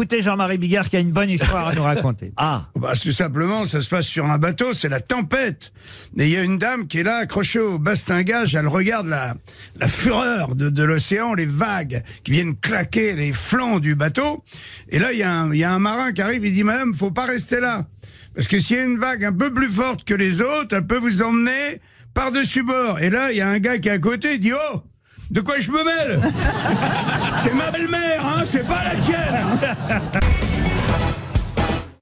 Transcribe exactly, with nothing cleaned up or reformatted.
écouter Jean-Marie Bigard qui a une bonne histoire à nous raconter. Ah, Bah, tout simplement, ça se passe sur un bateau, c'est la tempête. Et il y a une dame qui est là, accrochée au bastingage, elle regarde la, la fureur de, de l'océan, les vagues qui viennent claquer les flancs du bateau. Et là, il y, a un- il y a un marin qui arrive, il dit, madame, faut pas rester là. Parce que s'il y a une vague un peu plus forte que les autres, elle peut vous emmener par-dessus bord. Et là, il y a un gars qui est à côté, il dit, oh, de quoi je me mêle? C'est ma belle-mère, hein, c'est pas la tienne.